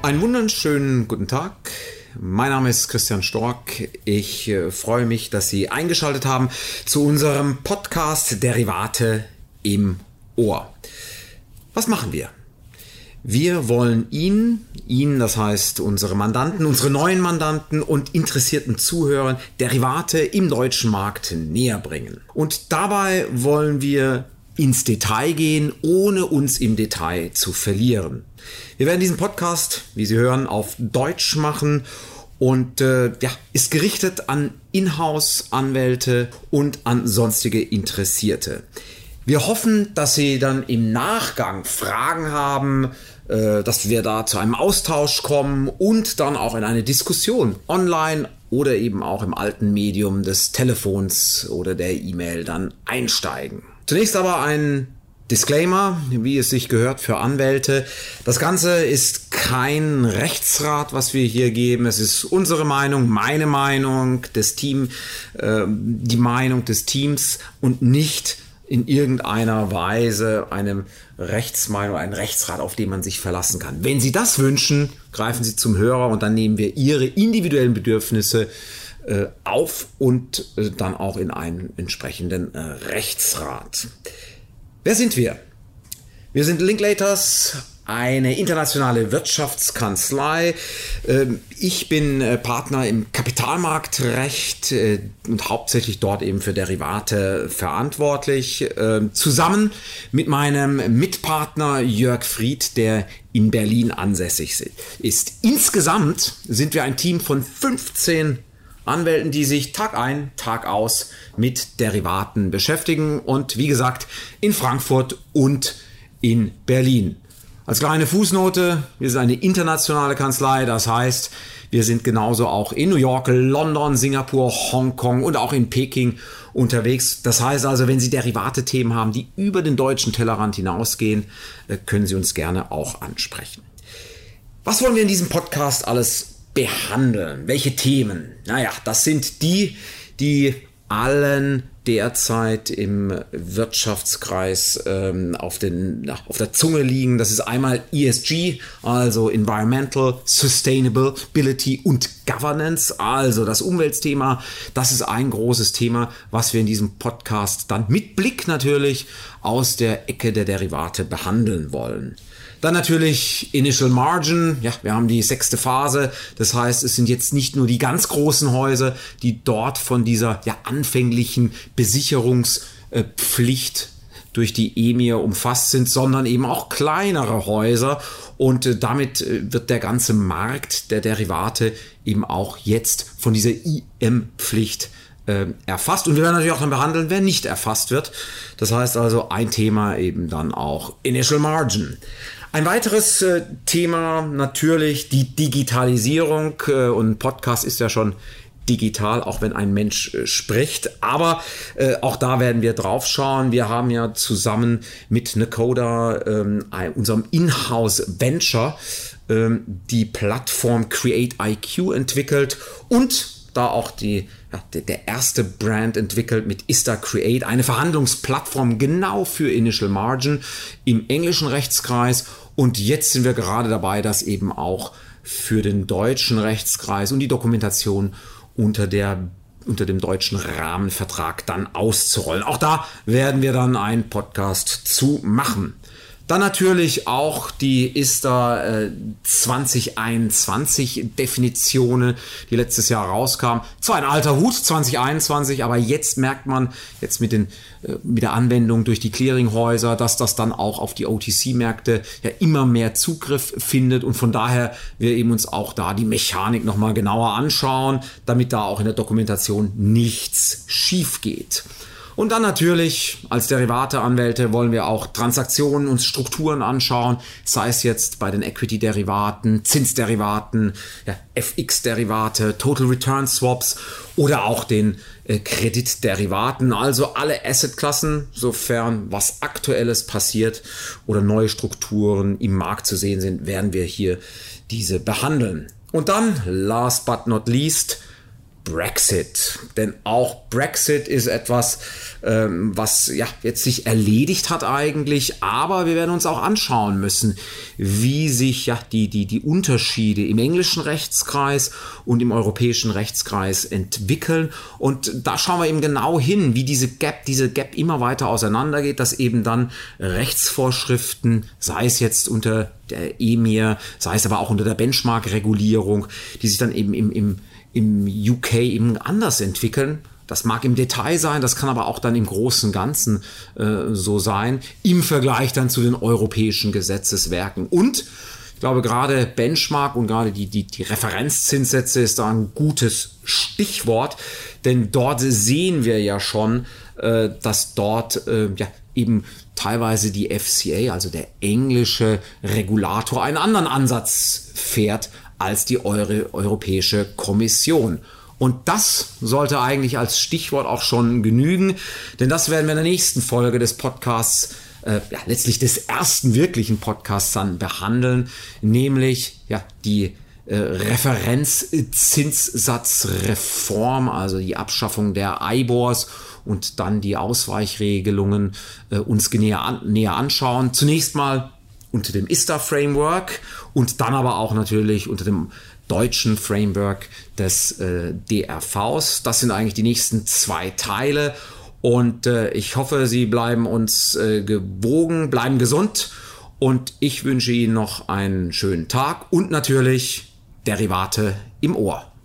Einen wunderschönen guten Tag. Mein Name ist Christian Stork. Ich freue mich, dass Sie eingeschaltet haben zu unserem Podcast Derivate im Ohr. Was machen wir? Wir wollen Ihnen, das heißt unsere Mandanten, unsere neuen Mandanten und interessierten Zuhörern Derivate im deutschen Markt näher bringen. Und dabei wollen wir ins Detail gehen, ohne uns im Detail zu verlieren. Wir werden diesen Podcast, wie Sie hören, auf Deutsch machen und ist gerichtet an Inhouse-Anwälte und an sonstige Interessierte. Wir hoffen, dass Sie dann im Nachgang Fragen haben, dass wir da zu einem Austausch kommen und dann auch in eine Diskussion online oder eben auch im alten Medium des Telefons oder der E-Mail dann einsteigen. Zunächst aber ein Disclaimer, wie es sich gehört für Anwälte. Das Ganze ist kein Rechtsrat, was wir hier geben. Es ist unsere Meinung, meine Meinung, des Teams, die Meinung des Teams und nicht in irgendeiner Weise einem Rechtsmeinung, ein Rechtsrat, auf den man sich verlassen kann. Wenn Sie das wünschen, greifen Sie zum Hörer und dann nehmen wir Ihre individuellen Bedürfnisse auf und dann auch in einen entsprechenden Rechtsrat. Wer sind wir? Wir sind Linklaters, eine internationale Wirtschaftskanzlei. Ich bin Partner im Kapitalmarktrecht und hauptsächlich dort eben für Derivate verantwortlich, zusammen mit meinem Mitpartner Jörg Fried, der in Berlin ansässig ist. Insgesamt sind wir ein Team von 15 Anwälten, die sich Tag ein, Tag aus mit Derivaten beschäftigen und wie gesagt in Frankfurt und in Berlin. Als kleine Fußnote, wir sind eine internationale Kanzlei, das heißt, wir sind genauso auch in New York, London, Singapur, Hongkong und auch in Peking unterwegs. Das heißt also, wenn Sie Derivate-Themen haben, die über den deutschen Tellerrand hinausgehen, können Sie uns gerne auch ansprechen. Was wollen wir in diesem Podcast alles behandeln? Welche Themen? Naja, das sind die allen derzeit im Wirtschaftskreis auf der Zunge liegen. Das ist einmal ESG, also Environmental, Sustainability und Governance, also das Umweltthema. Das ist ein großes Thema, was wir in diesem Podcast dann mit Blick natürlich aus der Ecke der Derivate behandeln wollen. Dann natürlich Initial Margin. Ja, wir haben die 6. Phase. Das heißt, es sind jetzt nicht nur die ganz großen Häuser, die dort von dieser anfänglichen Besicherungspflicht durch die EMIR umfasst sind, sondern eben auch kleinere Häuser. Und damit wird der ganze Markt der Derivate eben auch jetzt von dieser IM-Pflicht erfasst. Und wir werden natürlich auch dann behandeln, wer nicht erfasst wird. Das heißt also ein Thema eben dann auch Initial Margin. Ein weiteres Thema natürlich die Digitalisierung und Podcast ist ja schon digital, auch wenn ein Mensch spricht, aber auch da werden wir drauf schauen. Wir haben ja zusammen mit Necoda, unserem Inhouse-Venture, die Plattform Create IQ entwickelt und da auch der erste Brand entwickelt mit ISTA Create, eine Verhandlungsplattform genau für Initial Margin im englischen Rechtskreis. Und jetzt sind wir gerade dabei, das eben auch für den deutschen Rechtskreis und die Dokumentation unter dem deutschen Rahmenvertrag dann auszurollen. Auch da werden wir dann einen Podcast zu machen. Dann natürlich auch die ISTA 2021 Definitionen, die letztes Jahr rauskamen. Zwar ein alter Hut, 2021, aber jetzt merkt man jetzt mit der Anwendung durch die Clearinghäuser, dass das dann auch auf die OTC-Märkte immer mehr Zugriff findet und von daher wir eben uns auch da die Mechanik nochmal genauer anschauen, damit da auch in der Dokumentation nichts schief geht. Und dann natürlich als Derivateanwälte wollen wir auch Transaktionen und Strukturen anschauen, sei es jetzt bei den Equity-Derivaten, Zinsderivaten, FX-Derivate, Total Return Swaps oder auch den Kreditderivaten, also alle Assetklassen, sofern was Aktuelles passiert oder neue Strukturen im Markt zu sehen sind, werden wir hier diese behandeln. Und dann, last but not least, Brexit. Denn auch Brexit ist etwas, was ja jetzt sich erledigt hat eigentlich, aber wir werden uns auch anschauen müssen, wie sich ja die Unterschiede im englischen Rechtskreis und im europäischen Rechtskreis entwickeln. Und da schauen wir eben genau hin, wie diese Gap immer weiter auseinandergeht, dass eben dann Rechtsvorschriften, sei es jetzt unter der EMIR, sei es aber auch unter der Benchmark-Regulierung, die sich dann eben im UK eben anders entwickeln. Das mag im Detail sein, das kann aber auch dann im Großen und Ganzen so sein, im Vergleich dann zu den europäischen Gesetzeswerken. Und ich glaube, gerade Benchmark und gerade die Referenzzinssätze ist da ein gutes Stichwort, denn dort sehen wir ja schon, dass dort eben teilweise die FCA, also der englische Regulator, einen anderen Ansatz fährt als die Europäische Kommission. Und das sollte eigentlich als Stichwort auch schon genügen, denn das werden wir in der nächsten Folge des Podcasts, letztlich des ersten wirklichen Podcasts dann behandeln, nämlich die Referenzzinssatzreform, also die Abschaffung der IBORs und dann die Ausweichregelungen uns näher anschauen. Zunächst mal unter dem ISDA-Framework und dann aber auch natürlich unter dem deutschen Framework des DRVs. Das sind eigentlich die nächsten 2 Teile und ich hoffe, Sie bleiben uns gewogen, bleiben gesund und ich wünsche Ihnen noch einen schönen Tag und natürlich Derivate im Ohr.